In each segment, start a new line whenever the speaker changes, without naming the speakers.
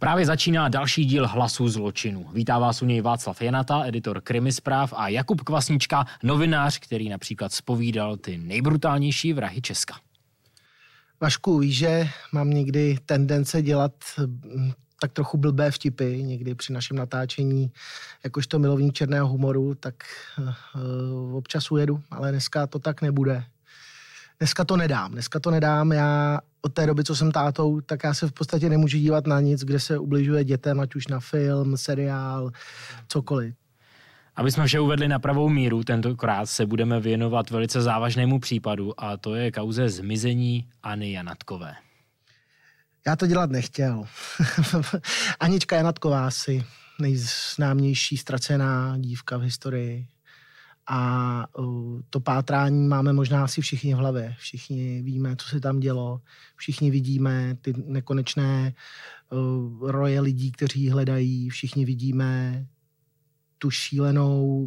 Právě začíná další díl Hlasu zločinu. Vítá vás u něj Václav Janata, editor Krimispráv, a Jakub Kvasnička, novinář, který například zpovídal ty nejbrutálnější vrahy Česka.
Vašku, víš, že mám někdy tendence dělat tak trochu blbé vtipy, někdy při našem natáčení, jakožto milovník černého humoru, tak občas ujedu, ale dneska to tak nebude. Dneska to nedám, já od té doby, co jsem tátou, tak já se v podstatě nemůžu dívat na nic, kde se ubližuje dětem, ať už na film, seriál, cokoliv.
Aby jsme vše uvedli na pravou míru, tentokrát se budeme věnovat velice závažnému případu, a to je kauze zmizení Anny Janatkové.
Já to dělat nechtěl. Anička Janatková, asi nejznámější ztracená dívka v historii. A to pátrání máme možná asi všichni v hlavě. Všichni víme, co se tam dělo. Všichni vidíme ty nekonečné roje lidí, kteří hledají. Všichni vidíme tu šílenou,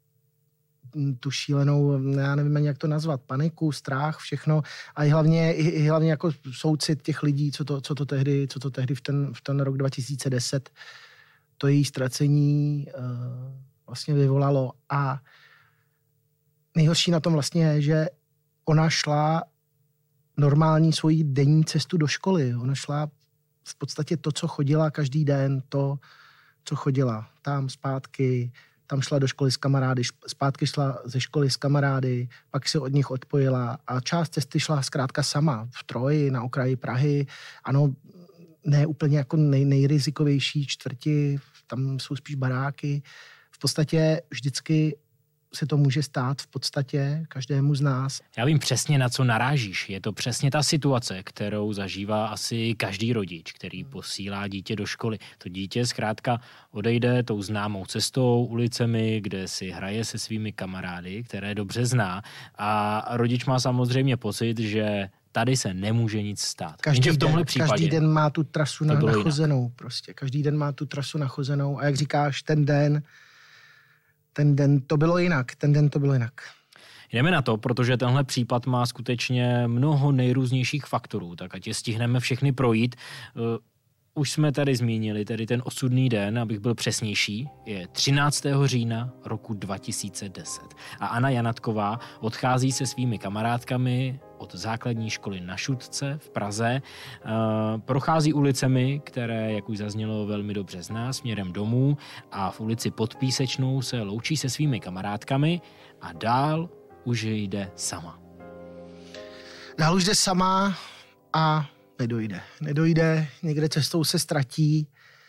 já nevím ani, jak to nazvat, paniku, strach, všechno. A i hlavně jako soucit těch lidí, co to tehdy v ten rok 2010 to její ztracení vlastně vyvolalo. A nejhorší na tom vlastně je, že ona šla normální svoji denní cestu do školy. Ona šla v podstatě to, co chodila každý den, to, co chodila tam zpátky, tam šla do školy s kamarády, zpátky šla ze školy s kamarády, pak se od nich odpojila a část cesty šla zkrátka sama v Troji, na okraji Prahy. Ano, ne úplně jako nejrizikovější čtvrti, tam jsou spíš baráky. V podstatě vždycky se to může stát v podstatě každému z nás.
Já vím přesně, na co narážíš. Je to přesně ta situace, kterou zažívá asi každý rodič, který posílá dítě do školy. To dítě zkrátka odejde tou známou cestou, ulicemi, kde si hraje se svými kamarády, které dobře zná, a rodič má samozřejmě pocit, že tady se nemůže nic stát.
Každý den má tu trasu nachozenou. Prostě. Každý den má tu trasu nachozenou a jak říkáš, ten den to bylo jinak.
Jdeme na to, protože tenhle případ má skutečně mnoho nejrůznějších faktorů, tak ať je stihneme všechny projít. Už jsme tady zmínili, tedy ten osudný den, abych byl přesnější, je 13. října roku 2010. A Anna Janatková odchází se svými kamarádkami od základní školy na Šutce v Praze, prochází ulicemi, které, jak už zaznělo, velmi dobře zná, směrem domů, a v ulici Pod Písečnou se loučí se svými kamarádkami a dál už jde sama.
Dál už jde sama a nedojde, někde cestou se ztratí.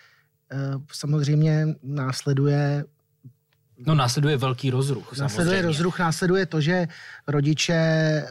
Samozřejmě následuje
velký rozruch.
Následuje to, že rodiče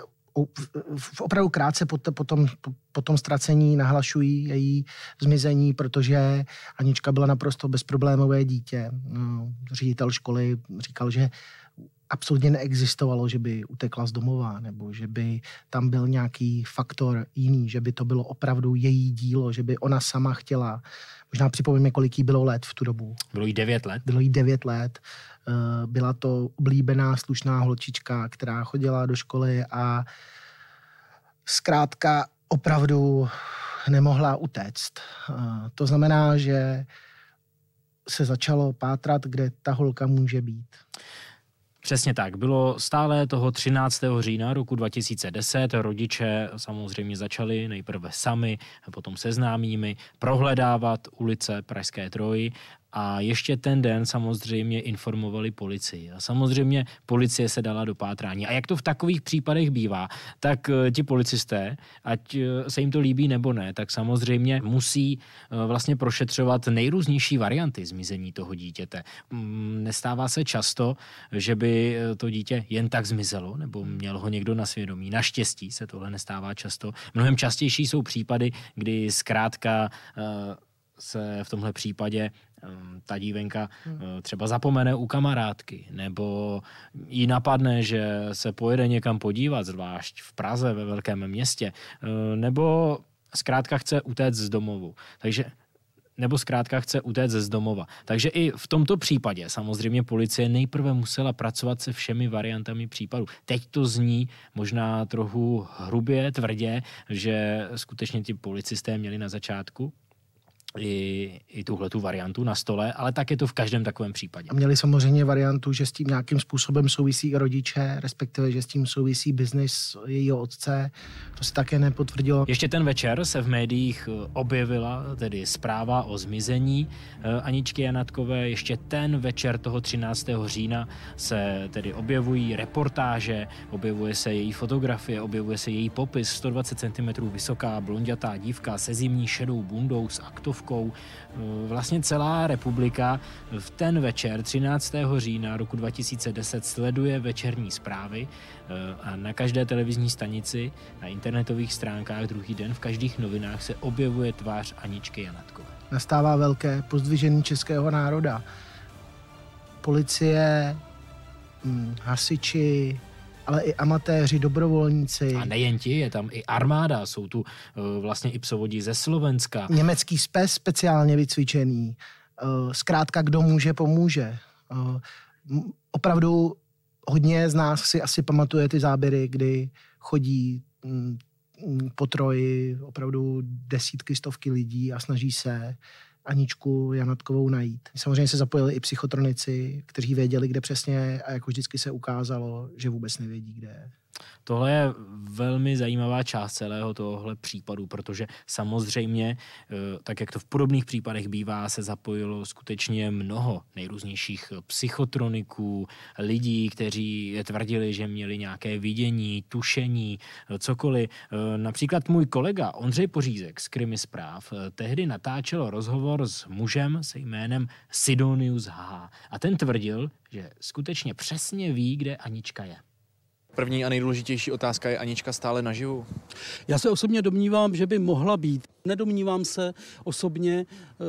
opravdu krátce po tom ztracení nahlašují její zmizení, protože Anička byla naprosto bezproblémové dítě. Ředitel školy říkal, že absolutně neexistovalo, že by utekla z domova, nebo že by tam byl nějaký faktor jiný, že by to bylo opravdu její dílo, že by ona sama chtěla. Možná připovíme, kolik jí bylo let v tu dobu.
Bylo jí 9 let?
Bylo jí 9 let. Byla to oblíbená, slušná holčička, která chodila do školy a zkrátka opravdu nemohla utéct. To znamená, že se začalo pátrat, kde ta holka může být.
Přesně tak. Bylo stále toho 13. října roku 2010. Rodiče samozřejmě začali nejprve sami, potom se známými prohledávat ulice Pražské Troji a ještě ten den samozřejmě informovali policii. A samozřejmě policie se dala do pátrání. A jak to v takových případech bývá, tak ti policisté, ať se jim to líbí nebo ne, tak samozřejmě musí vlastně prošetřovat nejrůznější varianty zmizení toho dítěte. Nestává se často, že by to dítě jen tak zmizelo, nebo měl ho někdo na svědomí. Naštěstí se tohle nestává často. Mnohem častější jsou případy, kdy zkrátka se v tomhle případě ta dívenka třeba zapomene u kamarádky, nebo jí napadne, že se pojede někam podívat, zvlášť v Praze, ve velkém městě, nebo zkrátka chce utéct z domovu. Takže i v tomto případě samozřejmě policie nejprve musela pracovat se všemi variantami případu. Teď to zní možná trochu hrubě, tvrdě, že skutečně ti policisté měli na začátku i tuhletu variantu na stole, ale tak je to v každém takovém případě.
A měli samozřejmě variantu, že s tím nějakým způsobem souvisí i rodiče, respektive, že s tím souvisí biznis jejího otce. To se také nepotvrdilo.
Ještě ten večer se v médiích objevila tedy zpráva o zmizení Aničky Janatkové. Ještě ten večer toho 13. října se tedy objevují reportáže, objevuje se její fotografie, objevuje se její popis, 120 cm vysoká blondětá dívka se zimní šedou bundou s aktovkou. Vlastně celá republika v ten večer 13. října roku 2010 sleduje večerní zprávy a na každé televizní stanici, na internetových stránkách druhý den v každých novinách se objevuje tvář Aničky Janatkové.
Nastává velké pozdvižení českého národa. Policie, hasiči, ale i amatéři, dobrovolníci.
A nejen ti, je tam i armáda, jsou tu vlastně i psovodi ze Slovenska.
Německý spes speciálně vycvičený. Zkrátka, kdo může, pomůže. Opravdu hodně z nás si asi pamatuje ty záběry, kdy chodí po Troji opravdu desítky, stovky lidí a snaží se Aničku Janatkovou najít. Samozřejmě se zapojili i psychotronici, kteří věděli, kde přesně, a jako vždycky se ukázalo, že vůbec nevědí, kde je.
Tohle je velmi zajímavá část celého tohle případu, protože samozřejmě, tak jak to v podobných případech bývá, se zapojilo skutečně mnoho nejrůznějších psychotroniků, lidí, kteří tvrdili, že měli nějaké vidění, tušení, cokoliv. Například můj kolega Ondřej Pořízek z Krimi zpráv tehdy natáčel rozhovor s mužem se jménem Sidonius H. A ten tvrdil, že skutečně přesně ví, kde Anička je.
První a nejdůležitější otázka, je Anička stále naživu?
Já se osobně domnívám, že by mohla být. Nedomnívám se osobně,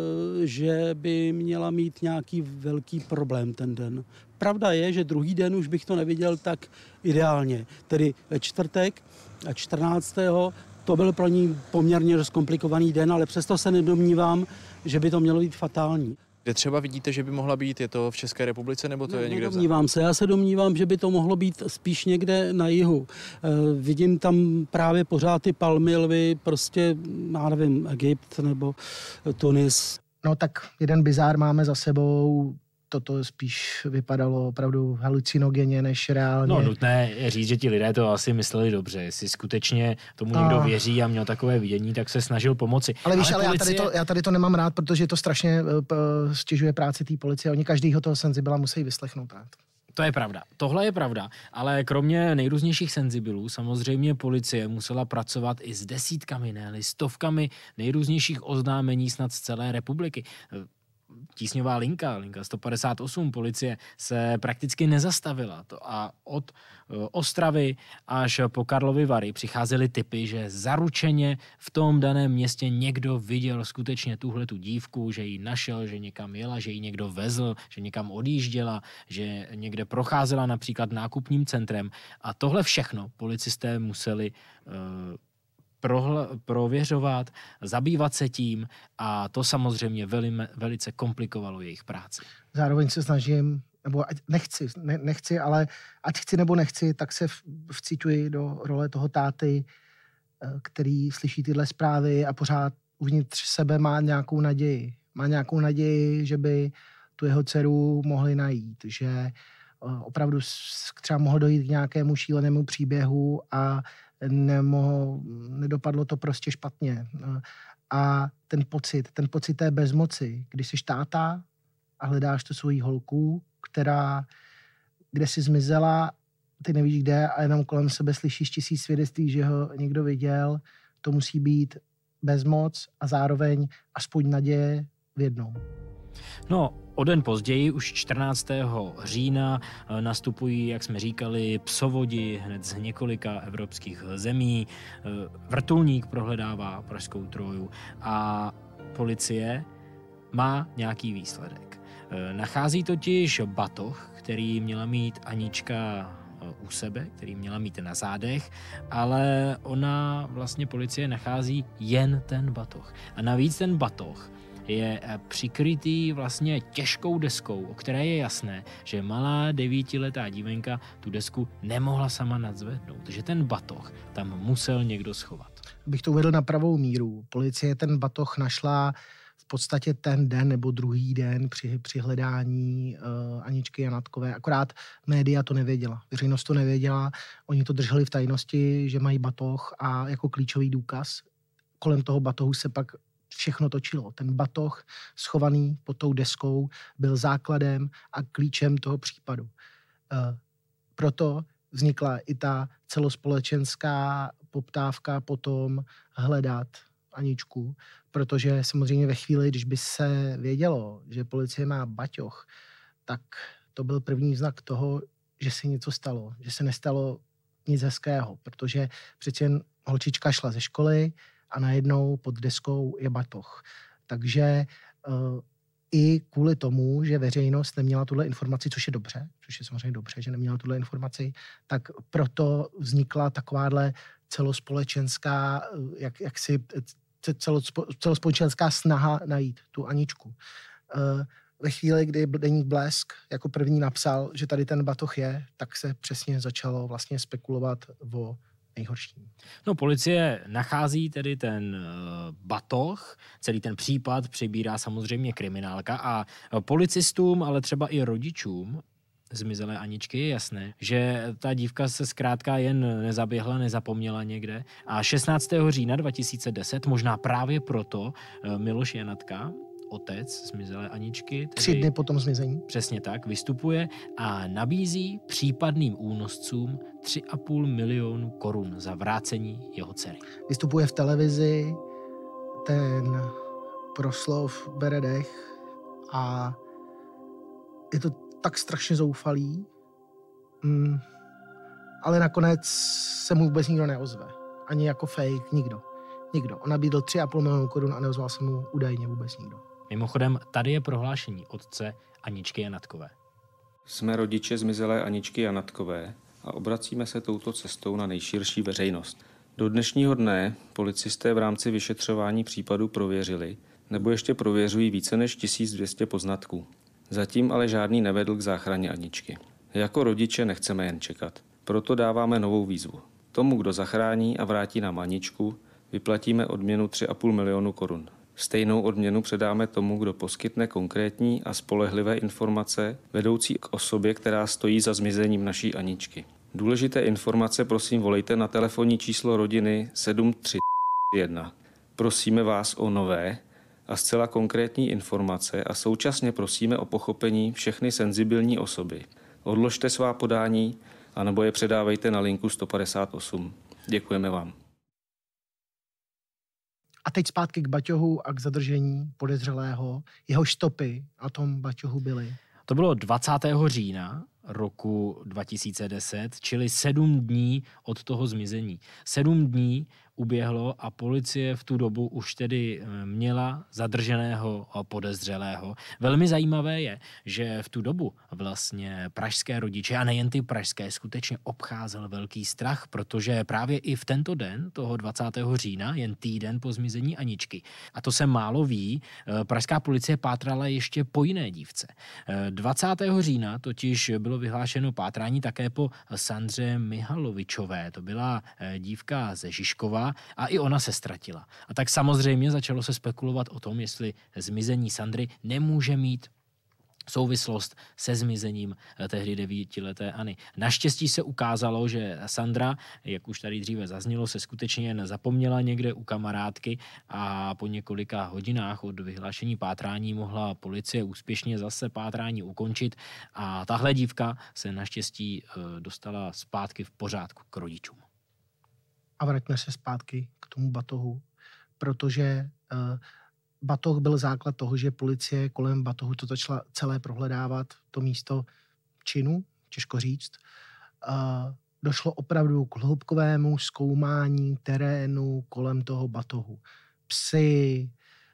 že by měla mít nějaký velký problém ten den. Pravda je, že druhý den už bych to neviděl tak ideálně. Tedy ve čtvrtek a 14. to byl pro ní poměrně zkomplikovaný den, ale přesto se nedomnívám, že by to mělo být fatální.
Kde třeba vidíte, že by mohla být? Je to v České republice, nebo to je někde v
Nedomnívám se. Já se domnívám, že by to mohlo být spíš někde na jihu. Vidím tam právě pořád ty palmy, lvy, prostě, já nevím, Egypt nebo Tunis.
No tak jeden bizár máme za sebou. Toto spíš vypadalo opravdu halucinogenně než reálně.
No, nutné je říct, že ti lidé to asi mysleli dobře. Jestli skutečně tomu někdo věří a měl takové vidění, tak se snažil pomoci.
Ale víš, já tady to nemám rád, protože to strašně stěžuje práci té policie. Oni každýho toho senzibila musí vyslechnout.
To je pravda. Tohle je pravda. Ale kromě nejrůznějších senzibilů samozřejmě policie musela pracovat i s desítkami, ne-li stovkami nejrůznějších oznámení snad z celé republiky. Tísňová linka 158 policie se prakticky nezastavila. A od Ostravy až po Karlovy Vary přicházely tipy, že zaručeně v tom daném městě někdo viděl skutečně tuhletu dívku, že ji našel, že někam jela, že ji někdo vezl, že někam odjížděla, že někde procházela například nákupním centrem. A tohle všechno policisté museli prověřovat, zabývat se tím a to samozřejmě velice komplikovalo jejich práci.
Zároveň se snažím, nebo nechci, ale ať chci nebo nechci, tak se vcítuji do role toho táty, který slyší tyhle zprávy a pořád uvnitř sebe má nějakou naději. Má nějakou naději, že by tu jeho dceru mohli najít, že opravdu třeba mohl dojít k nějakému šílenému příběhu a nedopadlo to prostě špatně. A ten pocit té bezmoci, když jsi táta a hledáš tu svoji holku, kde si zmizela, ty nevíš kde a jenom kolem sebe slyšíš 1000 svědectví, že ho někdo viděl, to musí být bezmoc a zároveň aspoň naděje v jednom.
No, o den později, už 14. října, nastupují, jak jsme říkali, psovodi hned z několika evropských zemí. Vrtulník prohledává Pražskou Troju a policie má nějaký výsledek. Nachází totiž batoh, který měla mít Anička u sebe, který měla mít na zádech, ale policie nachází jen ten batoh. A navíc ten batoh je přikrytý vlastně těžkou deskou, o které je jasné, že malá 9letá dívenka tu desku nemohla sama nadzvednout, že ten batoh tam musel někdo schovat.
Abych to uvedl na pravou míru, policie ten batoh našla v podstatě ten den nebo druhý den při hledání Aničky Janatkové. Akorát média to nevěděla, veřejnost to nevěděla, oni to drželi v tajnosti, že mají batoh a jako klíčový důkaz. Kolem toho batohu se pak všechno točilo. Ten batoh schovaný pod tou deskou byl základem a klíčem toho případu. Proto vznikla i ta celospolečenská poptávka potom hledat Aničku, protože samozřejmě ve chvíli, když by se vědělo, že policie má baťoch, tak to byl první znak toho, že se něco stalo, že se nestalo nic hezkého, protože přeci jen holčička šla ze školy a najednou pod deskou je batoh. Takže i kvůli tomu, že veřejnost neměla tuhle informaci, což je samozřejmě dobře, že neměla tuhle informaci, tak proto vznikla takováhle celospolečenská, celospolečenská snaha najít tu Aničku. Ve chvíli, kdy deník Blesk jako první napsal, že tady ten batoh je, tak se přesně začalo vlastně spekulovat o nejhorším.
No, policie nachází tedy ten batoh, celý ten případ přibírá samozřejmě kriminálka a policistům, ale třeba i rodičům zmizelé Aničky je jasné, že ta dívka se zkrátka jen nezaběhla, nezapomněla někde a 16. října 2010, možná právě proto, Miloš Janatka, otec zmizelé Aničky,
3 dny po tom zmizení.
Přesně tak, vystupuje a nabízí případným únoscům 3,5 milionu korun za vrácení jeho dcery.
Vystupuje v televizi, ten proslov bere dech a je to tak strašně zoufalý, ale nakonec se mu vůbec nikdo neozve. Ani jako fake, nikdo. On nabídl 3,5 milionu korun a neozval se mu údajně vůbec nikdo.
Mimochodem, tady je prohlášení otce Aničky Janatkové.
Jsme rodiče zmizelé Aničky Janatkové a obracíme se touto cestou na nejširší veřejnost. Do dnešního dne policisté v rámci vyšetřování případu prověřili nebo ještě prověřují více než 1200 poznatků. Zatím ale žádný nevedl k záchraně Aničky. Jako rodiče nechceme jen čekat. Proto dáváme novou výzvu. Tomu, kdo zachrání a vrátí nám Aničku, vyplatíme odměnu 3,5 milionu korun. Stejnou odměnu předáme tomu, kdo poskytne konkrétní a spolehlivé informace vedoucí k osobě, která stojí za zmizením naší Aničky. Důležité informace prosím volejte na telefonní číslo rodiny 731. Prosíme vás o nové a zcela konkrétní informace a současně prosíme o pochopení všechny senzibilní osoby. Odložte svá podání anebo je předávejte na linku 158. Děkujeme vám.
A teď zpátky k baťohu a k zadržení podezřelého. Jeho stopy na tom baťohu byly.
To bylo 20. října roku 2010, čili 7 dní od toho zmizení. 7 dní uběhlo a policie v tu dobu už tedy měla zadrženého podezřelého. Velmi zajímavé je, že v tu dobu vlastně pražské rodiče, a nejen ty pražské, skutečně obcházel velký strach, protože právě i v tento den, toho 20. října, jen týden po zmizení Aničky, a to se málo ví, pražská policie pátrala ještě po jiné dívce. 20. října totiž bylo vyhlášeno pátrání také po Sandře Mihalovičové. To byla dívka ze Žižkova a i ona se ztratila. A tak samozřejmě začalo se spekulovat o tom, jestli zmizení Sandry nemůže mít souvislost se zmizením tehdy 9leté Anny. Naštěstí se ukázalo, že Sandra, jak už tady dříve zaznělo, se skutečně jen zapomněla někde u kamarádky a po několika hodinách od vyhlášení pátrání mohla policie úspěšně zase pátrání ukončit a tahle dívka se naštěstí dostala zpátky v pořádku k rodičům.
A vraťme se zpátky k tomu batohu, protože batoh byl základ toho, že policie kolem batohu to začala celé prohledávat, to místo činu, těžko říct. Došlo opravdu k hloubkovému zkoumání terénu kolem toho batohu. Psy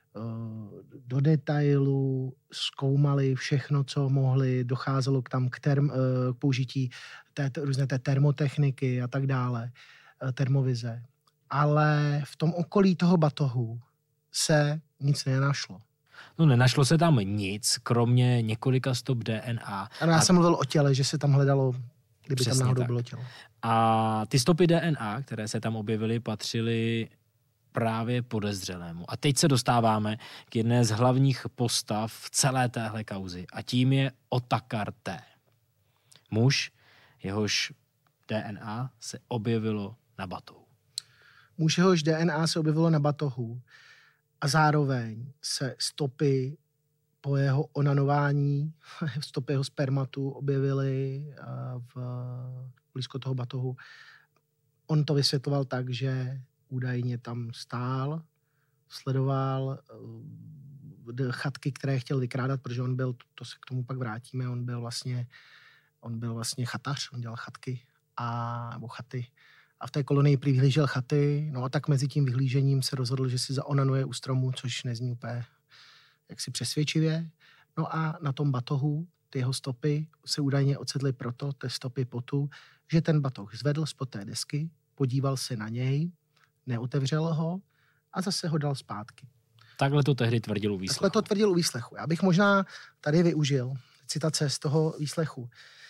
do detailu zkoumali všechno, co mohli, docházelo k použití různé termotechniky a tak dále, termovize. Ale v tom okolí toho batohu se nic nenašlo.
No, nenašlo se tam nic, kromě několika stop DNA.
Ano, já jsem mluvil o těle, že se tam hledalo, kdyby tam náhodou bylo tělo.
A ty stopy DNA, které se tam objevily, patřily právě podezřelému. A teď se dostáváme k jedné z hlavních postav v celé téhle kauzy a tím je Otakar T. Muž, jehož DNA se objevilo na batohu.
Muž, jehož DNA se objevilo na batohu a zároveň se stopy po jeho onanování, stopy jeho spermatu objevily blízko toho batohu. On to vysvětloval tak, že údajně tam stál, sledoval chatky, které chtěl vykrádat, protože on byl, to se k tomu pak vrátíme, on byl vlastně chatař, on dělal chatky nebo chaty. A v té kolonii prý vyhlížel chaty, no a tak mezi tím vyhlížením se rozhodl, že si zaonanuje u stromu, což nezní úplně jaksi přesvědčivě. No a na tom batohu ty jeho stopy se údajně ocitly proto, ty stopy potu, že ten batoh zvedl spod té desky, podíval se na něj, neotevřel ho a zase ho dal zpátky.
Takhle to tehdy tvrdil u výslechu.
Takhle to tvrdil u výslechu. Já bych možná tady využil citace z toho výslechu.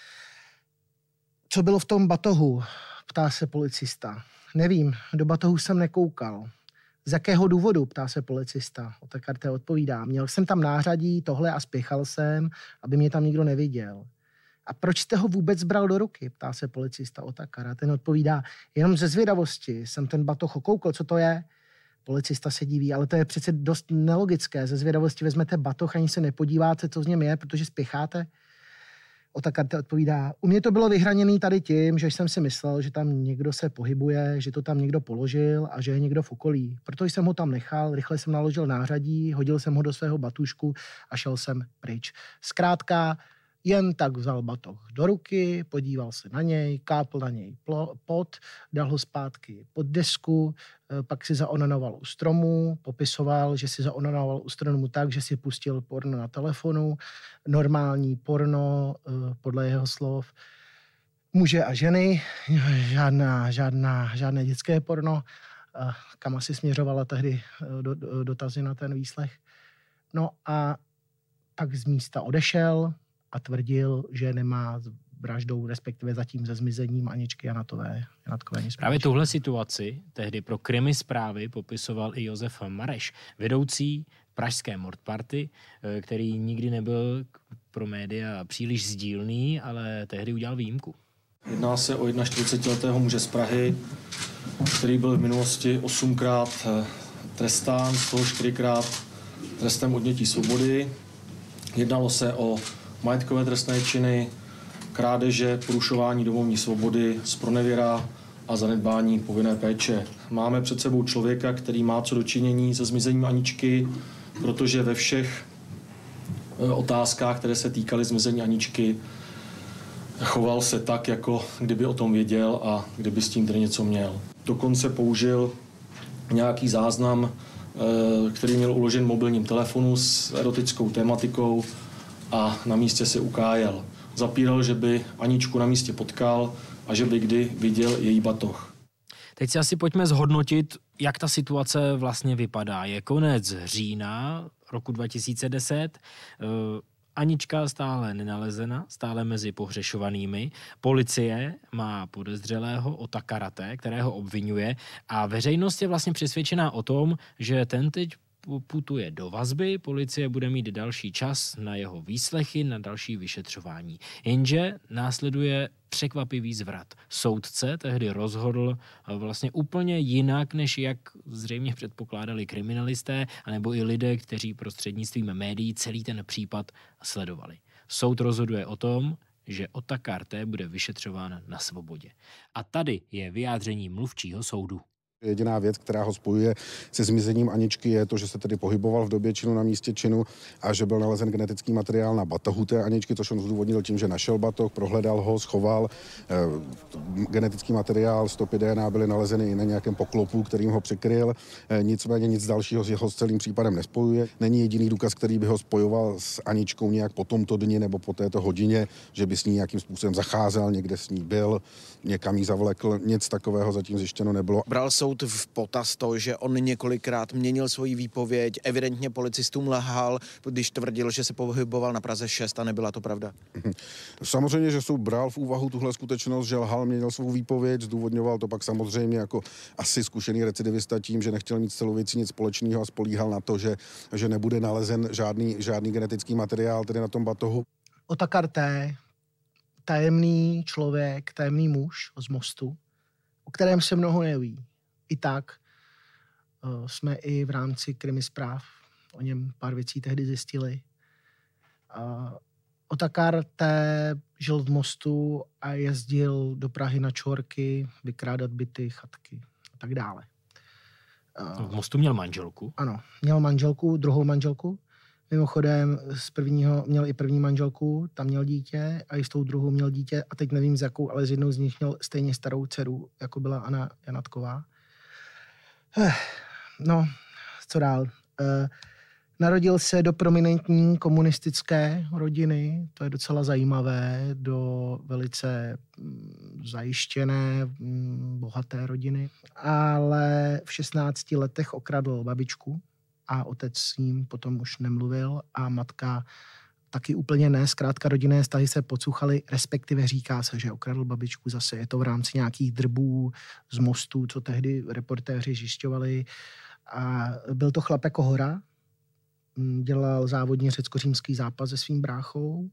Co bylo v tom batohu? Ptá se policista. Nevím, do batohu jsem nekoukal. Z jakého důvodu? Ptá se policista. Otakar T odpovídá. Měl jsem tam nářadí, tohle a spěchal jsem, aby mě tam nikdo neviděl. A proč jste ho vůbec bral do ruky? Ptá se policista Otakara. Ten odpovídá, jenom ze zvědavosti jsem ten batoh okoukl, co to je? Policista se diví, ale to je přece dost nelogické. Ze zvědavosti vezmete batoh, ani se nepodíváte, co z něm je, protože spěcháte. Otakar T odpovídá, u mě to bylo vyhraněné tady tím, že jsem si myslel, že tam někdo se pohybuje, že to tam někdo položil a že je někdo v okolí. Proto jsem ho tam nechal, rychle jsem naložil nářadí, hodil jsem ho do svého batušku a šel jsem pryč. Zkrátka, jen tak vzal batoh do ruky, podíval se na něj, kápl na něj pot, dal ho zpátky pod desku, pak si zaonanoval u stromu, popisoval, že si zaonanoval u stromu tak, že si pustil porno na telefonu, normální porno, podle jeho slov, muže a ženy, žádné dětské porno, kam asi směřovala tehdy dotazy na ten výslech. No a pak z místa odešel a tvrdil, že nemá s vraždou, respektive zatím se zmizením Aničky Janatkové nic.
Právě tuhle situaci tehdy pro Krimi zprávy popisoval i Josef Mareš, vedoucí pražské mordparty, který nikdy nebyl pro média příliš sdílný, ale tehdy udělal výjimku.
Jedná se o 41letého muže z Prahy, který byl v minulosti 8krát trestán, z toho 4krát trestem odnětí svobody. Jednalo se o majetkové trestné činy, krádeže, porušování domovní svobody, zpronevěra a zanedbání povinné péče. Máme před sebou člověka, který má co dočinění se zmizením Aničky, protože ve všech otázkách, které se týkaly zmizení Aničky, choval se tak, jako kdyby o tom věděl a kdyby s tím tedy něco měl. Dokonce použil nějaký záznam, který měl uložen v mobilním telefonu s erotickou tématikou a na místě se ukájel. Zapíral, že by Aničku na místě potkal a že by kdy viděl její batoh.
Teď si asi pojďme zhodnotit, jak ta situace vlastně vypadá. Je konec října roku 2010, Anička stále nenalezena, stále mezi pohřešovanými. Policie má podezřelého Otakara T, kterého obvinuje a veřejnost je vlastně přesvědčená o tom, že ten teď putuje do vazby, policie bude mít další čas na jeho výslechy, na další vyšetřování. Jenže následuje překvapivý zvrat. Soudce tehdy rozhodl vlastně úplně jinak, než jak zřejmě předpokládali kriminalisté, anebo i lidé, kteří prostřednictvím médií celý ten případ sledovali. Soud rozhoduje o tom, že Otakar T bude vyšetřován na svobodě. A tady je vyjádření mluvčího soudu.
Jediná věc, která ho spojuje se zmizením Aničky, je to, že se tedy pohyboval v době činu na místě činu a že byl nalezen genetický materiál na batohu té Aničky, což on zdůvodnil tím, že našel batoh, prohledal ho, schoval. Genetický materiál, stopy DNA byly nalezeny i na nějakém poklopu, kterým ho přikryl. Nicméně nic dalšího s jeho celým případem nespojuje. Není jediný důkaz, který by ho spojoval s Aničkou nějak po tomto dni nebo po této hodině, že by s ní nějakým způsobem zacházel, někde s ní byl, někam jí zavlekl. Nic takového zatím zjištěno nebylo.
Bral
soud v potaz to, že on několikrát měnil svoji výpověď, evidentně policistům lhal, když tvrdil, že se pohyboval na Praze 6 a nebyla to pravda?
Samozřejmě, že soud bral v úvahu tuhle skutečnost, že lhal, měnil svou výpověď, zdůvodňoval to pak samozřejmě jako asi zkušený recidivista tím, že nechtěl mít s celou věcí nic společného a spolíhal na to, že nebude nalezen žádný genetický materiál tedy na tom batohu.
Otakar T., tajemný člověk, tajemný muž z Mostu, o kterém se mnoho neví. I tak jsme i v rámci krimi zpráv o něm pár věcí tehdy zjistili. Otakar T. žil v Mostu a jezdil do Prahy na čorky, vykrádat byty, chatky a tak dále.
V Mostu měl manželku?
Ano, měl manželku, druhou manželku. Mimochodem měl i první manželku, tam měl dítě a i s tou druhou měl dítě a teď nevím z jakou, ale z jednou z nich měl stejně starou dceru, jako byla Anna Janatková. No, co dál? Narodil se do prominentní komunistické rodiny, to je docela zajímavé, do velice zajištěné, bohaté rodiny, ale v 16 letech okradl babičku a otec s ním potom už nemluvil a matka taky úplně ne. Zkrátka rodinné vztahy se pocuchaly, respektive říká se, že okradl babičku zase. Je to v rámci nějakých drbů z Mostu, co tehdy reportéři zjišťovali. A byl to chlap jako hora. Dělal závodní řecko-římský zápas se svým bráchou.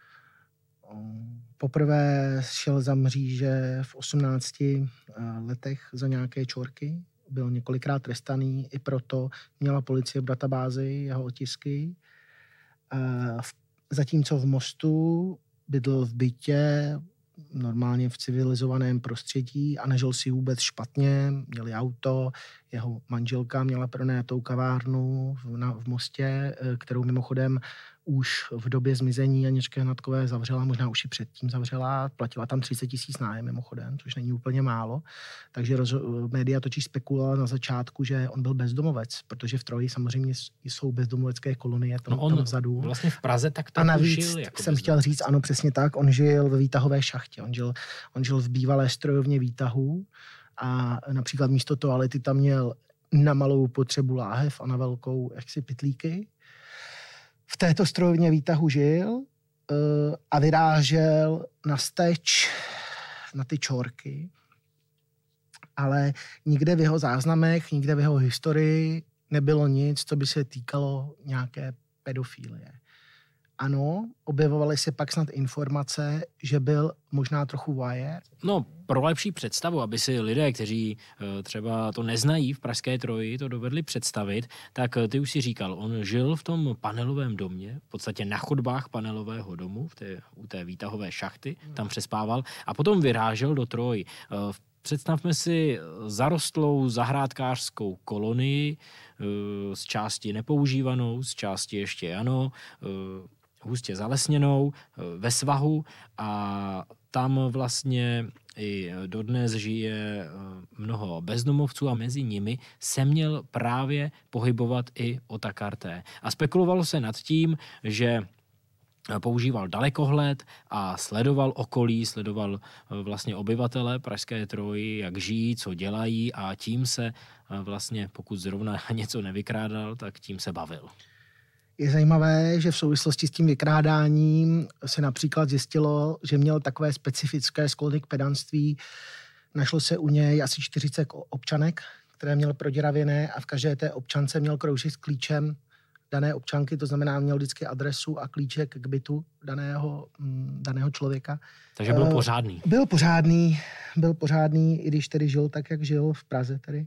Poprvé šel za mříže v 18 letech za nějaké čorky. Byl několikrát trestaný, i proto měla policie v databázi jeho otisky. Zatímco v Mostu bydl v bytě, normálně v civilizovaném prostředí a nežil si vůbec špatně, měli auto, jeho manželka měla pronajatou kavárnu v Mostě, kterou mimochodem už v době zmizení Aničky Janatkové zavřela, možná už i předtím zavřela, platila tam 30 000 nájem mimochodem, což není úplně málo, takže média totiž spekulovala na začátku, že on byl bezdomovec, protože v Troji samozřejmě jsou bezdomovecké kolonie tam vzadu.
Vlastně v Praze tak to
a navíc
žil jako
jsem chtěl říct, ano, přesně tak, on žil ve výtahové šachtě, on žil v bývalé strojovně výtahů a například místo toalety tam měl na malou potřebu láhev a na velkou jaksi pytlíky. V této strojovně výtahu žil a vyrážel na steč na ty čorky, ale nikde v jeho záznamech, nikde v jeho historii nebylo nic, co by se týkalo nějaké pedofilie. Ano, objevovaly se pak snad informace, že byl možná trochu voyeur.
No, pro lepší představu, aby si lidé, kteří třeba to neznají v pražské Troji, to dovedli představit, tak ty už si říkal, on žil v tom panelovém domě, v podstatě na chodbách panelového domu, u té výtahové šachty, tam přespával a potom vyrážel do Troji. Představme si zarostlou zahrádkářskou kolonii, z části nepoužívanou, z části ještě ano, hustě zalesněnou, ve svahu a tam vlastně i dodnes žije mnoho bezdomovců a mezi nimi se měl právě pohybovat i Otakar T. A spekulovalo se nad tím, že používal dalekohled a sledoval okolí, sledoval vlastně obyvatele pražské Troji, jak žijí, co dělají a tím se vlastně, pokud zrovna něco nevykrádal, tak tím se bavil.
Je zajímavé, že v souvislosti s tím vykrádáním se například zjistilo, že měl takové specifické sklony k pedantství. Našlo se u něj asi 40 občanek, které měl proděravěné a v každé té občance měl kroužek s klíčem dané občanky, to znamená, měl vždycky adresu a klíček k bytu daného člověka.
Takže byl pořádný.
Byl pořádný, i když tedy žil tak, jak žil v Praze tedy.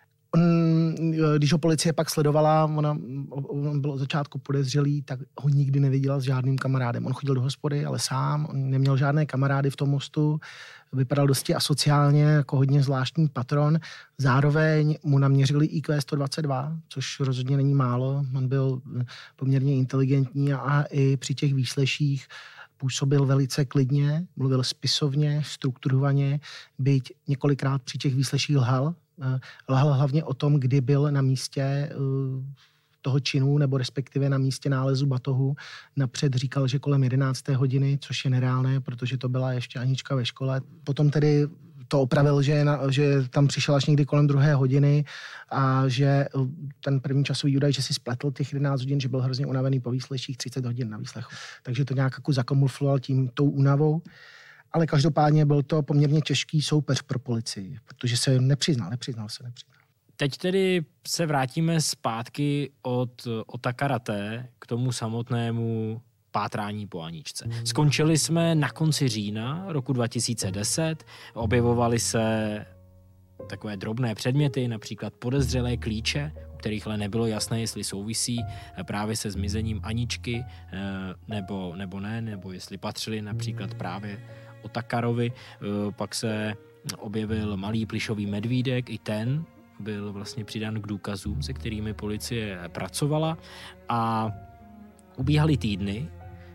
Když ho policie pak sledovala, on byl od začátku podezřelý, tak ho nikdy neviděla s žádným kamarádem. On chodil do hospody, ale sám, on neměl žádné kamarády v tom Mostu, vypadal dosti asociálně, jako hodně zvláštní patron. Zároveň mu naměřili IQ 122, což rozhodně není málo. On byl poměrně inteligentní a i při těch výsleších působil velice klidně, mluvil spisovně, strukturovaně, byť několikrát při těch výsleších lhal. Lhal hlavně o tom, kdy byl na místě toho činu, nebo respektive na místě nálezu batohu. Napřed říkal, že kolem 11. hodiny, což je nereálné, protože to byla ještě Anička ve škole. Potom tedy to opravil, že tam přišel až někdy kolem 2 hodiny a že ten první časový údaj, že si spletl těch 11 hodin, že byl hrozně unavený po výsleších, 30 hodin na výslechu. Takže to nějak jako zakamufloval tou únavou. Ale každopádně byl to poměrně těžký soupeř pro policii, protože se nepřiznal.
Teď tedy se vrátíme zpátky od Otakara T k tomu samotnému pátrání po Aničce. Skončili jsme na konci října roku 2010, objevovaly se takové drobné předměty, například podezřelé klíče, u kterých ale nebylo jasné, jestli souvisí právě se zmizením Aničky, nebo ne, nebo jestli patřili například právě Otakarovi. Pak se objevil malý plyšový medvídek, i ten byl vlastně přidán k důkazům, se kterými policie pracovala, a ubíhaly týdny.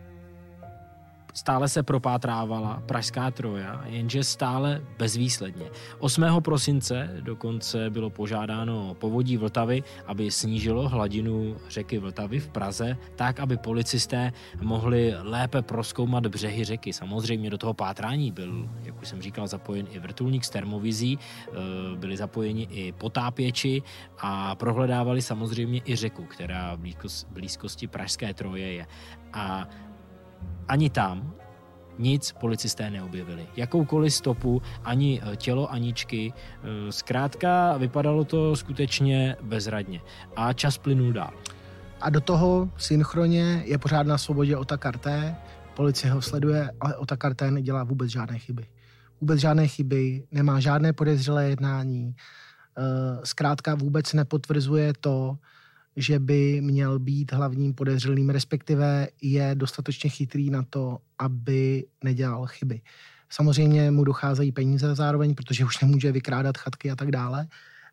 Stále se propátrávala pražská Troja, jenže stále bezvýsledně. 8. prosince dokonce bylo požádáno povodí Vltavy, aby snížilo hladinu řeky Vltavy v Praze, tak, aby policisté mohli lépe prozkoumat břehy řeky. Samozřejmě do toho pátrání byl, jak už jsem říkal, zapojen i vrtulník s termovizí, byli zapojeni i potápěči a prohledávali samozřejmě i řeku, která v blízkosti pražské Troje je. A ani tam nic policisté neobjevili. Jakoukoliv stopu, ani tělo Aničky. Zkrátka vypadalo to skutečně bezradně. A čas plynul dál.
A do toho synchronně je pořád na svobodě Otakar T. Policie ho sleduje, ale Otakar T nedělá vůbec žádné chyby. Vůbec žádné chyby, nemá žádné podezřelé jednání. Zkrátka vůbec nepotvrzuje to, že by měl být hlavním podezřelým, respektive je dostatečně chytrý na to, aby nedělal chyby. Samozřejmě mu docházejí peníze zároveň, protože už nemůže vykrádat chatky a tak dále,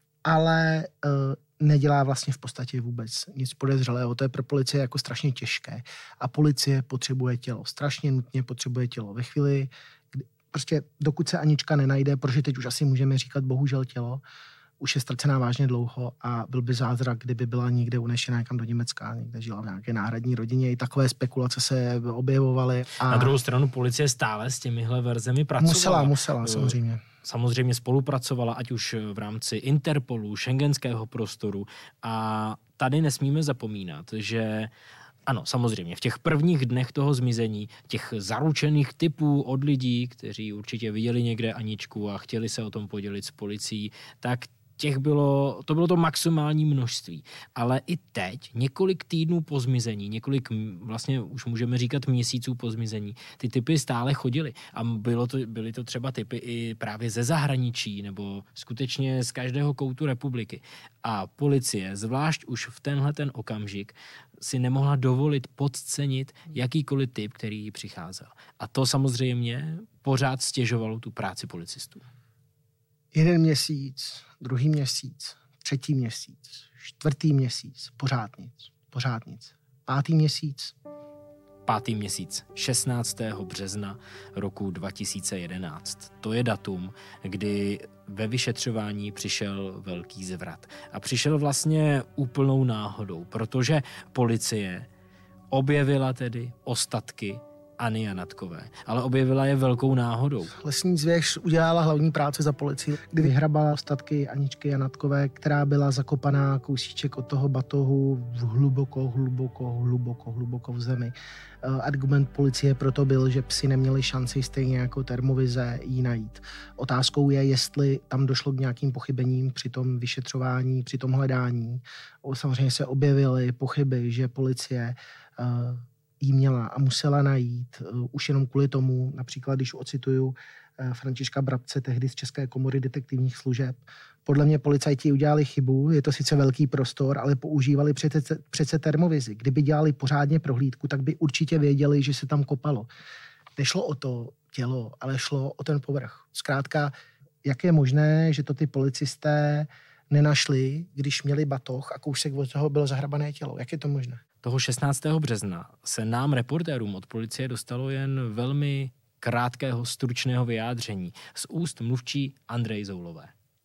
ale nedělá vlastně v podstatě vůbec nic podezřelého. To je pro policie jako strašně těžké. A policie potřebuje tělo. Strašně nutně potřebuje tělo. Ve chvíli, kdy, prostě dokud se Anička nenajde, protože teď už asi můžeme říkat bohužel tělo, už je ztracená vážně dlouho a byl by zázrak, kdyby byla někde unešená někam do Německa, někde žila v nějaké náhradní rodině. I takové spekulace se objevovaly.
Na druhou stranu policie stále s těmihle verzemi pracovala.
Musela, samozřejmě.
Samozřejmě spolupracovala, ať už v rámci Interpolu, Schengenského prostoru. A tady nesmíme zapomínat, že ano, samozřejmě, v těch prvních dnech toho zmizení, těch zaručených typů od lidí, kteří určitě viděli někde Aničku a chtěli se o tom podělit s policií, tak to bylo to maximální množství. Ale i teď, několik týdnů po zmizení, vlastně už můžeme říkat měsíců po zmizení, ty typy stále chodily. A byly to třeba typy i právě ze zahraničí, nebo skutečně z každého koutu republiky. A policie, zvlášť už v tenhle ten okamžik, si nemohla dovolit podcenit jakýkoliv typ, který jí přicházel. A to samozřejmě pořád stěžovalo tu práci policistů.
1 měsíc, 2. měsíc, 3. měsíc, 4. měsíc, pořád nic. 5. měsíc.
5. měsíc, 16. března roku 2011. To je datum, kdy ve vyšetřování přišel velký zvrat. A přišel vlastně úplnou náhodou, protože policie objevila tedy ostatky Anny Janatkové, ale objevila je velkou náhodou.
Lesní zvěř udělala hlavní práci za policii, kdy vyhrabala ostatky Aničky Janatkové, která byla zakopaná kousíček od toho batohu hluboko v zemi. Argument policie proto byl, že psi neměli šanci stejně jako termovize jí najít. Otázkou je, jestli tam došlo k nějakým pochybením při tom vyšetřování, při tom hledání. Samozřejmě se objevily pochyby, že policie jí měla a musela najít už jenom kvůli tomu, například když ocituju Františka Brabce, tehdy z České komory detektivních služeb. Podle mě policajti udělali chybu, je to sice velký prostor, ale používali přece termovizi. Kdyby dělali pořádně prohlídku, tak by určitě věděli, že se tam kopalo. Nešlo o to tělo, ale šlo o ten povrch. Zkrátka, jak je možné, že to ty policisté nenašli, když měli batoh a kousek od toho bylo zahrabané tělo? Jak je to možné?
Toho 16. března se nám reportérům od policie dostalo jen velmi krátkého, stručného vyjádření z úst mluvčí Andreje Zoulové.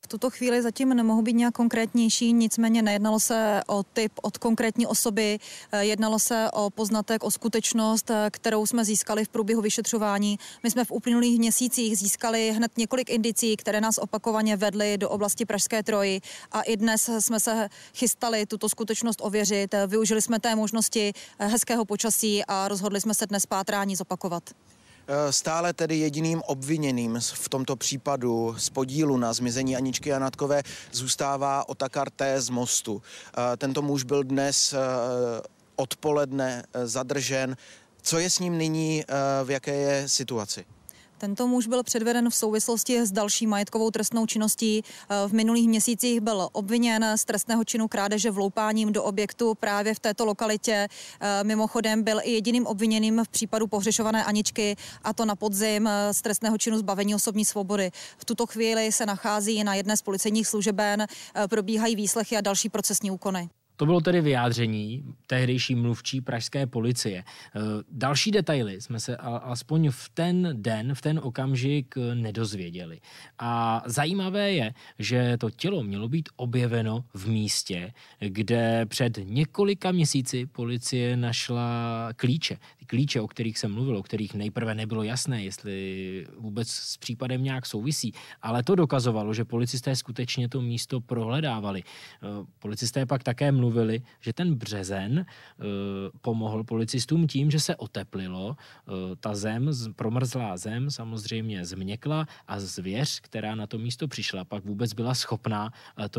V tuto chvíli zatím nemohu být nějak konkrétnější, nicméně nejednalo se o typ od konkrétní osoby, jednalo se o poznatek, o skutečnost, kterou jsme získali v průběhu vyšetřování. My jsme v uplynulých měsících získali hned několik indicí, které nás opakovaně vedly do oblasti Pražské Troji a i dnes jsme se chystali tuto skutečnost ověřit. Využili jsme té možnosti hezkého počasí a rozhodli jsme se dnes pátrání zopakovat.
Stále tedy jediným obviněným v tomto případu z podílu na zmizení Aničky Janátkové zůstává Otakar T. z Mostu. Tento muž byl dnes odpoledne zadržen. Co je s ním nyní, v jaké je situaci?
Tento muž byl předveden v souvislosti s další majetkovou trestnou činností. V minulých měsících byl obviněn z trestného činu krádeže vloupáním do objektu právě v této lokalitě. Mimochodem byl i jediným obviněným v případu pohřešované Aničky, a to na podzim z trestného činu zbavení osobní svobody. V tuto chvíli se nachází na jedné z policejních služeben, probíhají výslechy a další procesní úkony.
To bylo tedy vyjádření tehdejší mluvčí pražské policie. Další detaily jsme se alespoň v ten den, v ten okamžik nedozvěděli. A zajímavé je, že to tělo mělo být objeveno v místě, kde před několika měsíci policie našla klíče. Ty klíče, o kterých jsem mluvil, o kterých nejprve nebylo jasné, jestli vůbec s případem nějak souvisí. Ale to dokazovalo, že policisté skutečně to místo prohledávali. Policisté pak také mluvili, že ten březen pomohl policistům tím, že se oteplilo, ta zem, promrzlá zem samozřejmě změkla a zvěř, která na to místo přišla, pak vůbec byla schopná to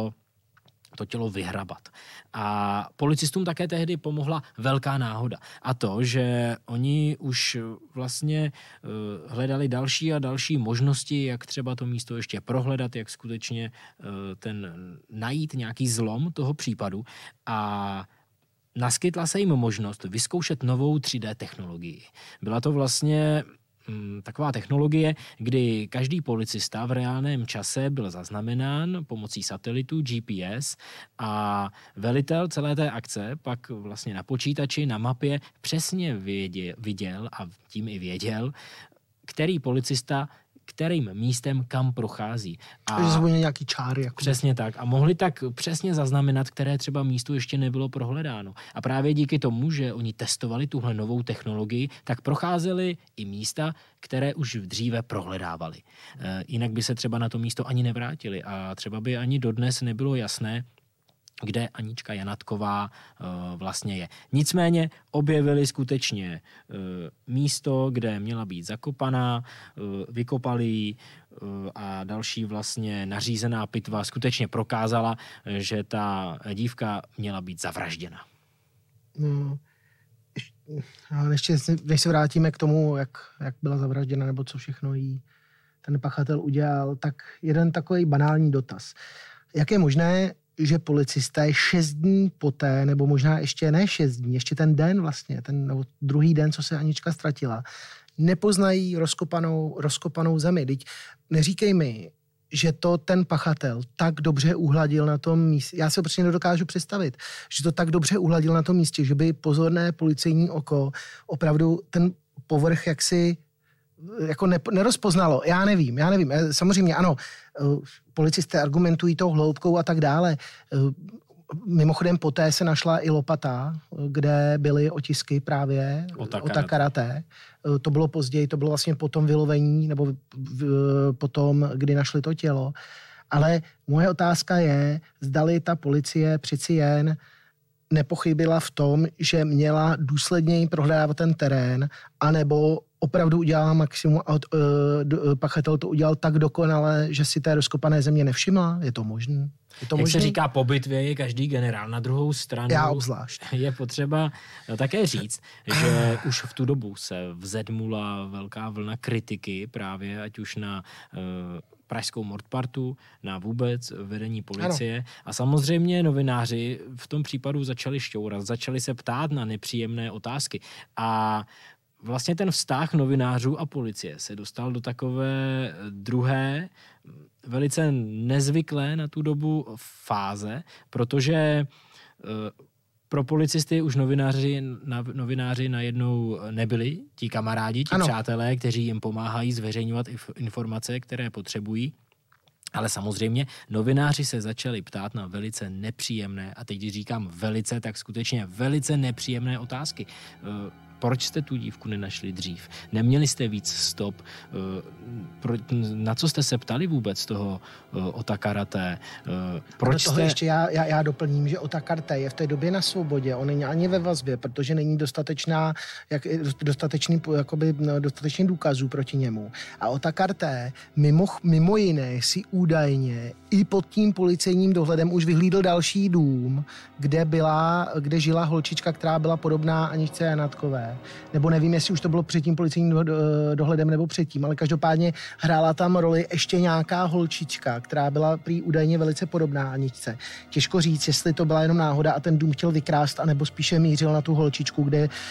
tělo vyhrabat. A policistům také tehdy pomohla velká náhoda. A to, že oni už vlastně hledali další a další možnosti, jak třeba to místo ještě prohledat, jak skutečně najít nějaký zlom toho případu. A naskytla se jim možnost vyzkoušet novou 3D technologii. Byla to vlastně taková technologie, kdy každý policista v reálném čase byl zaznamenán pomocí satelitu GPS a velitel celé té akce pak vlastně na počítači, na mapě přesně viděl a tím i věděl, který policista kterým místem kam prochází.
Takže se bude nějaký čáry. Jako.
Přesně tak. A mohli tak přesně zaznamenat, které třeba místo ještě nebylo prohledáno. A právě díky tomu, že oni testovali tuhle novou technologii, tak procházeli i místa, které už dříve prohledávali. Jinak by se třeba na to místo ani nevrátili a třeba by ani dodnes nebylo jasné, kde Anička Janátková vlastně je. Nicméně objevili skutečně místo, kde měla být zakopaná, vykopali ji a další vlastně nařízená pitva skutečně prokázala, že ta dívka měla být zavražděna.
Ještě než se vrátíme k tomu, jak byla zavražděna nebo co všechno jí ten pachatel udělal, tak jeden takový banální dotaz. Jak je možné, že policisté 6 dní poté, nebo možná ještě ne 6 dní, ještě ten den vlastně, nebo druhý den, co se Anička ztratila, nepoznají rozkopanou zemi. Teď neříkej mi, že to ten pachatel tak dobře uhladil na tom místě. Já se prostě nedokážu představit, že to tak dobře uhladil na tom místě, že by pozorné policejní oko opravdu ten povrch jaksi jako nerozpoznalo. Já nevím. Samozřejmě ano, policisté argumentují tou hloubkou a tak dále. Mimochodem poté se našla i lopata, kde byly otisky právě Otakara T. To bylo později, to bylo vlastně po tom vylovení, nebo potom, kdy našli to tělo. Ale moje otázka je, zdali ta policie přeci jen nepochybila v tom, že měla důsledněji prohledávat ten terén, anebo opravdu udělala maximum a pachatel to udělal tak dokonale, že si té rozkopané země nevšimla? Je to možné?
Jak se říká, po bitvě je každý generál. Na druhou stranu
já obzvlášť.
Je potřeba také říct, že už v tu dobu se vzedmula velká vlna kritiky právě, ať už na pražskou Mordpartu, na vůbec vedení policie. Ano. A samozřejmě novináři v tom případu začali šťourat, začali se ptát na nepříjemné otázky. A vlastně ten vztah novinářů a policie se dostal do takové druhé, velice nezvyklé na tu dobu fáze, protože pro policisty už novináři najednou nebyli, ti kamarádi, ti přátelé, kteří jim pomáhají zveřejňovat informace, které potřebují. Ale samozřejmě novináři se začali ptát na velice nepříjemné, a teď když říkám velice, tak skutečně velice nepříjemné otázky. Proč jste tu dívku nenašli dřív? Neměli jste víc stop? Na co jste se ptali vůbec toho Otakara T? Proč
jste... ještě já doplním, že Otakar T je v té době na svobodě. On není ani ve vazbě, protože není dostatečný důkazů proti němu. A Otakar T mimo jiné si údajně i pod tím policejním dohledem už vyhlídl další dům, kde žila holčička, která byla podobná Aničce Janatkové. Nebo nevím, jestli už to bylo před tím policejním dohledem nebo předtím, ale každopádně hrála tam roli ještě nějaká holčička, která byla prý údajně velice podobná Aničce. Těžko říct, jestli to byla jenom náhoda a ten dům chtěl vykrást, anebo spíše mířil na tu holčičku,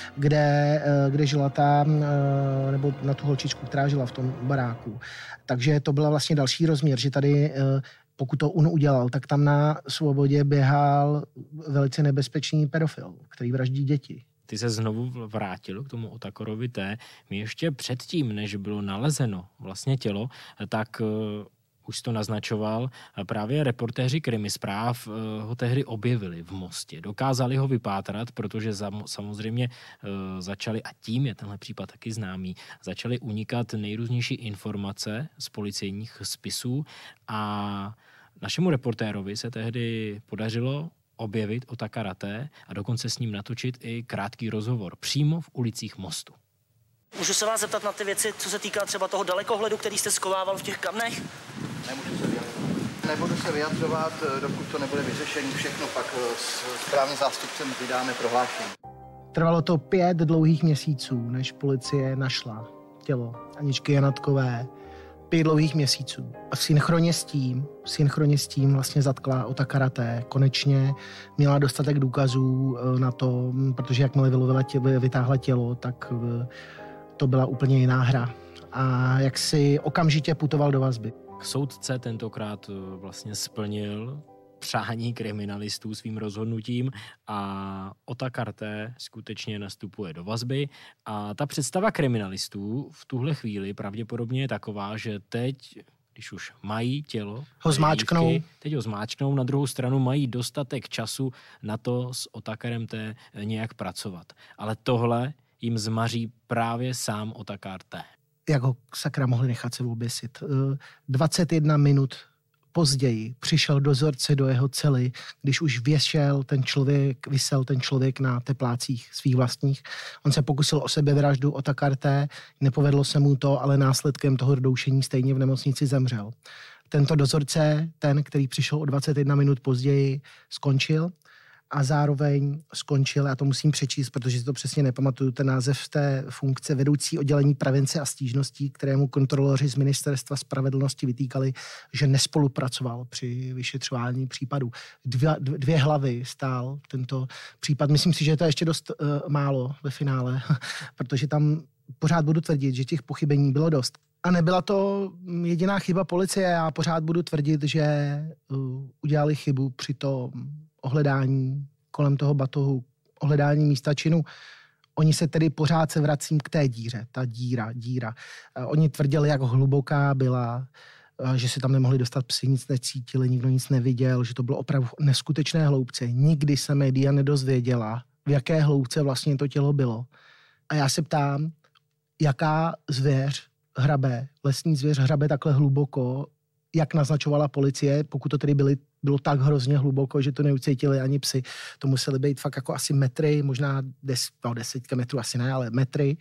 kde žila nebo na tu holčičku, která žila v tom baráku. Takže to byla vlastně další rozměr, že tady pokud to on udělal, tak tam na svobodě běhal velice nebezpečný pedofil, který vraždí děti.
Ty se znovu vrátil k tomu Otakarovi T. My ještě předtím, než bylo nalezeno vlastně tělo, tak už to naznačoval, právě reportéři Krimispráv ho tehdy objevili v Mostě. Dokázali ho vypátrat, protože samozřejmě začali, a tím je tenhle případ taky známý, začaly unikat nejrůznější informace z policejních spisů a našemu reportérovi se tehdy podařilo objevit Otakara T a dokonce s ním natočit i krátký rozhovor přímo v ulicích Mostu.
Můžu se vás zeptat na ty věci, co se týká třeba toho dalekohledu, který jste skovával v těch kamnech?
Nebudu se vyjadřovat, dokud to nebude vyřešení všechno, pak s správným zástupcem vydáme prohlášení.
Trvalo to 5 dlouhých měsíců, než policie našla tělo Aničky Janatkové. 5 dlouhých měsíců. A synchronně s tím vlastně zatkla Otakara T. Konečně měla dostatek důkazů na to, protože jakmile vytáhla tělo, tak to byla úplně jiná hra. A jak si okamžitě putoval do vazby.
Soudce tentokrát vlastně splnil přání kriminalistů svým rozhodnutím a Otakar T skutečně nastupuje do vazby a ta představa kriminalistů v tuhle chvíli pravděpodobně je taková, že teď, když už mají tělo, teď ho zmáčknou, na druhou stranu mají dostatek času na to s Otakarem T nějak pracovat. Ale tohle jim zmaří právě sám Otakar T.
Jak ho sakra mohli nechat se oběsit. 21 minut později přišel dozorce do jeho cely, když už visel ten člověk na teplácích svých vlastních. On se pokusil o sebevraždu Otakar T, nepovedlo se mu to, ale následkem toho doušení stejně v nemocnici zemřel. Tento dozorce, ten, který přišel o 21 minut později, skončil a zároveň skončil, já to musím přečíst, protože si to přesně nepamatuju, ten název té funkce vedoucí oddělení prevence a stížností, kterému kontroloři z Ministerstva spravedlnosti vytýkali, že nespolupracoval při vyšetřování případů. 2 hlavy stál tento případ. Myslím si, že to je ještě dost málo ve finále, protože tam pořád budu tvrdit, že těch pochybení bylo dost. A nebyla to jediná chyba policie, já pořád budu tvrdit, že udělali chybu při tom ohledání kolem toho batohu, ohledání místa činu. Oni se tedy pořád se vracím k té díře, ta díra. Oni tvrdili, jak hluboká byla, že se tam nemohli dostat psi, nic necítili, nikdo nic neviděl, že to bylo opravdu neskutečné hloubce. Nikdy se média nedozvěděla, v jaké hloubce vlastně to tělo bylo. A já se ptám, jaká zvěř hrabe, lesní zvěř hrabe takhle hluboko, jak naznačovala policie, pokud to tedy bylo tak hrozně hluboko, že to neucítili ani psi. To musely být fakt jako asi metry, možná 10 metrů, asi ne, ale metry.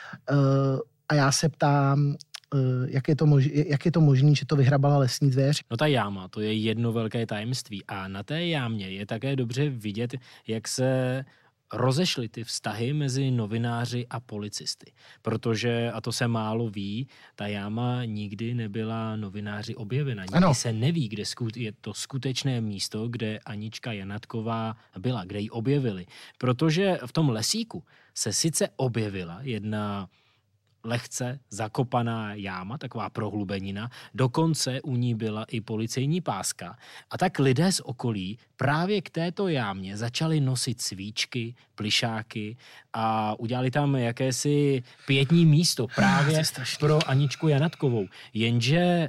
A já se ptám, jak je to možné, že to vyhrabala lesní zvěř?
No ta jáma, to je jedno velké tajemství. A na té jámě je také dobře vidět, jak se rozešly ty vztahy mezi novináři a policisty. Protože, a to se málo ví, ta jáma nikdy nebyla novináři objevena. Nikdy se neví, kde je to skutečné místo, kde Anička Janatková byla, kde ji objevili. Protože v tom lesíku se sice objevila jedna lehce zakopaná jáma, taková prohlubenina, dokonce u ní byla i policejní páska. A tak lidé z okolí právě k této jámě začali nosit svíčky, plyšáky a udělali tam jakési pietní místo právě pro Aničku Janatkovou. Jenže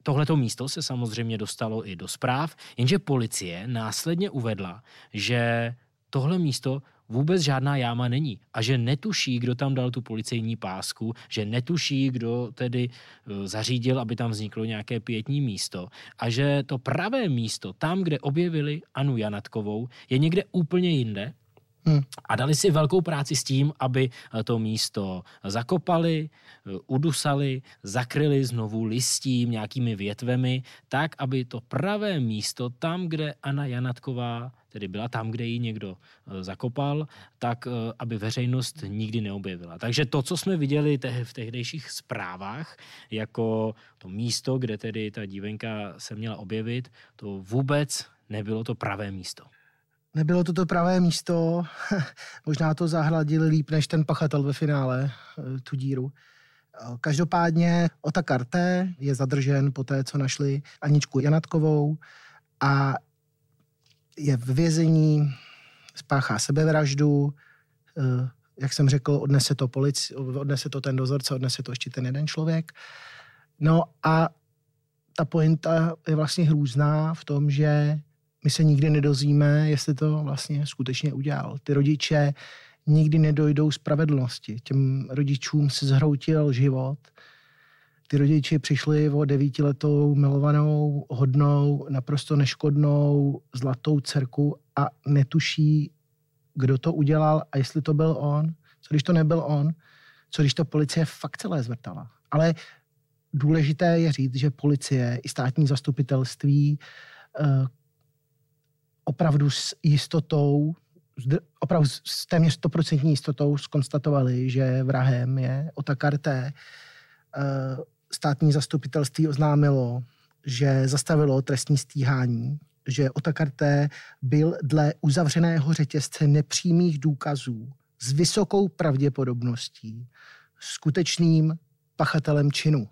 Tohleto místo se samozřejmě dostalo i do zpráv, jenže policie následně uvedla, že tohle místo vůbec žádná jáma není a že netuší, kdo tam dal tu policejní pásku, že netuší, kdo tedy zařídil, aby tam vzniklo nějaké pietní místo a že to pravé místo, tam, kde objevili Annu Janatkovou, je někde úplně jinde. A dali si velkou práci s tím, aby to místo zakopali, udusali, zakryli znovu listím, nějakými větvemi, tak, aby to pravé místo, tam, kde Anna Janatková tedy byla, tam, kde ji někdo zakopal, tak, aby veřejnost nikdy neobjevila. Takže to, co jsme viděli v tehdejších zprávách, jako to místo, kde tedy ta dívenka se měla objevit, to vůbec nebylo to pravé místo.
Nebylo to pravé místo, možná to zahladili líp než ten pachatel ve finále, tu díru. Každopádně Otakar T. je zadržen po té, co našli Aničku Janatkovou a je v vězení, spáchá sebevraždu, jak jsem řekl, odnese to ten dozorce, odnese to ještě ten jeden člověk. No a ta pointa je vlastně hrůzná v tom, že my se nikdy nedozvíme, jestli to vlastně skutečně udělal. Ty rodiče nikdy nedojdou spravedlnosti. Těm rodičům se zhroutil život. Ty rodiče přišli o 9letou milovanou, hodnou, naprosto neškodnou, zlatou dcerku a netuší, kdo to udělal a jestli to byl on. Co když to nebyl on? Co když to policie fakt celé zvrtala? Ale důležité je říct, že policie i státní zastupitelství opravdu s jistotou, opravdu s téměř 100% jistotou zkonstatovali, že vrahem je Otakar T. Státní zastupitelství oznámilo, že zastavilo trestní stíhání, že Otakar T. byl dle uzavřeného řetězce nepřímých důkazů s vysokou pravděpodobností skutečným pachatelem činu.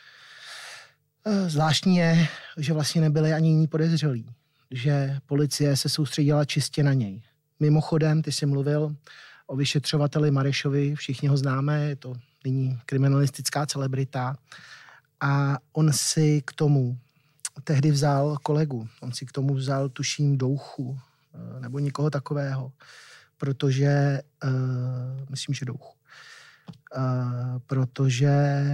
Zvláštní je, že vlastně nebyli ani jiní podezřelí, že policie se soustředila čistě na něj. Mimochodem, ty jsi mluvil o vyšetřovateli Marešovi, všichni ho známe, je to nyní kriminalistická celebrita a on si k tomu tehdy vzal kolegu, on si k tomu vzal, tuším, Douchu nebo někoho takového, protože, myslím, že Douchu, protože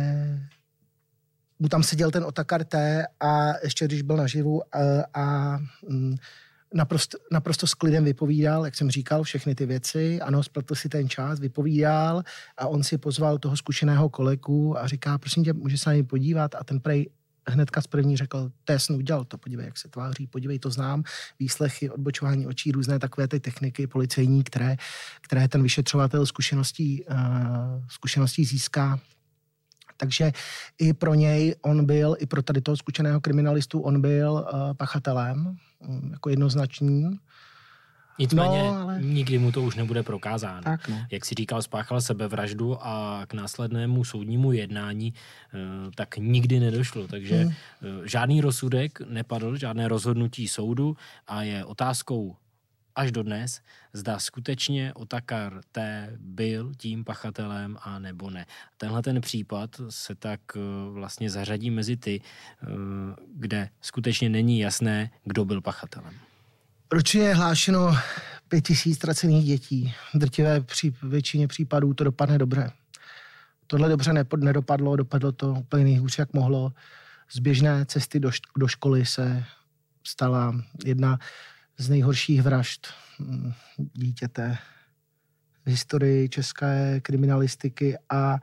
mu tam seděl ten Otakar T. a ještě když byl naživu a naprosto s klidem vypovídal, jak jsem říkal, všechny ty věci. Ano, spletl si ten čas, vypovídal a on si pozval toho zkušeného kolegu a říká, prosím tě, můžeš se na něj podívat? A ten prej hnedka z první řekl, to jsem udělal to, podívej, jak se tváří, podívej, to znám, výslechy, odbočování očí, různé takové ty techniky policejní, které ten vyšetřovatel zkušeností získá. Takže i pro něj on byl, i pro tady toho zkušeného kriminalistu, on byl pachatelem, jako jednoznačný.
Nicméně nikdy mu to už nebude prokázáno.
Tak, no.
Jak si říkal, spáchal sebevraždu a k následnému soudnímu jednání tak nikdy nedošlo. Takže žádný rozsudek nepadl, žádné rozhodnutí soudu a je otázkou až dodnes, zda skutečně Otakar T. byl tím pachatelem a nebo ne. Tenhle ten případ se tak vlastně zařadí mezi ty, kde skutečně není jasné, kdo byl pachatelem.
Ročně je hlášeno 5000 ztracených dětí. V drtivé většině případů to dopadne dobře. Tohle dobře nedopadlo, dopadlo to úplně nejhůř, jak mohlo. Z běžné cesty do školy se stala jedna z nejhorších vražd dítěte v historii české kriminalistiky a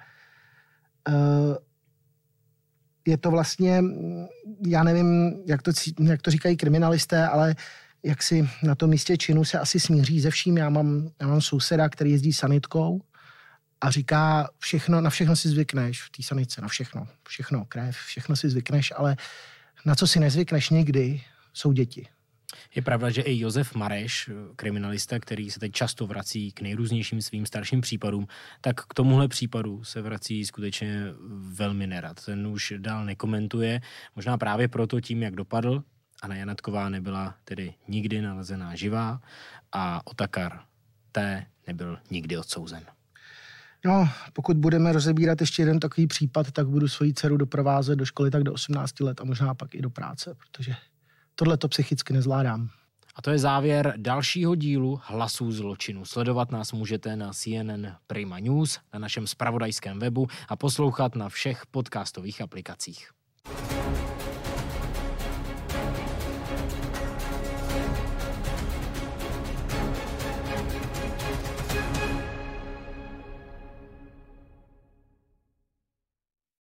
je to vlastně, já nevím, jak to říkají kriminalisté, ale jak si na tom místě činu se asi smíří ze vším. Já mám souseda, který jezdí sanitkou a říká, na všechno si zvykneš v té sanitce, na všechno, krev, všechno si zvykneš, ale na co si nezvykneš nikdy, jsou děti.
Je pravda, že i Josef Mareš, kriminalista, který se teď často vrací k nejrůznějším svým starším případům, tak k tomuhle případu se vrací skutečně velmi nerad. Ten už dál nekomentuje, možná právě proto tím, jak dopadl. Anna Janatková nebyla tedy nikdy nalezená živá a Otakar T. nebyl nikdy odsouzen.
No, pokud budeme rozebírat ještě jeden takový případ, tak budu svoji dceru doprovázet do školy tak do 18 let a možná pak i do práce, protože tohle to psychicky nezvládám.
A to je závěr dalšího dílu Hlasů zločinu. Sledovat nás můžete na CNN Prima News, na našem zpravodajském webu a poslouchat na všech podcastových aplikacích.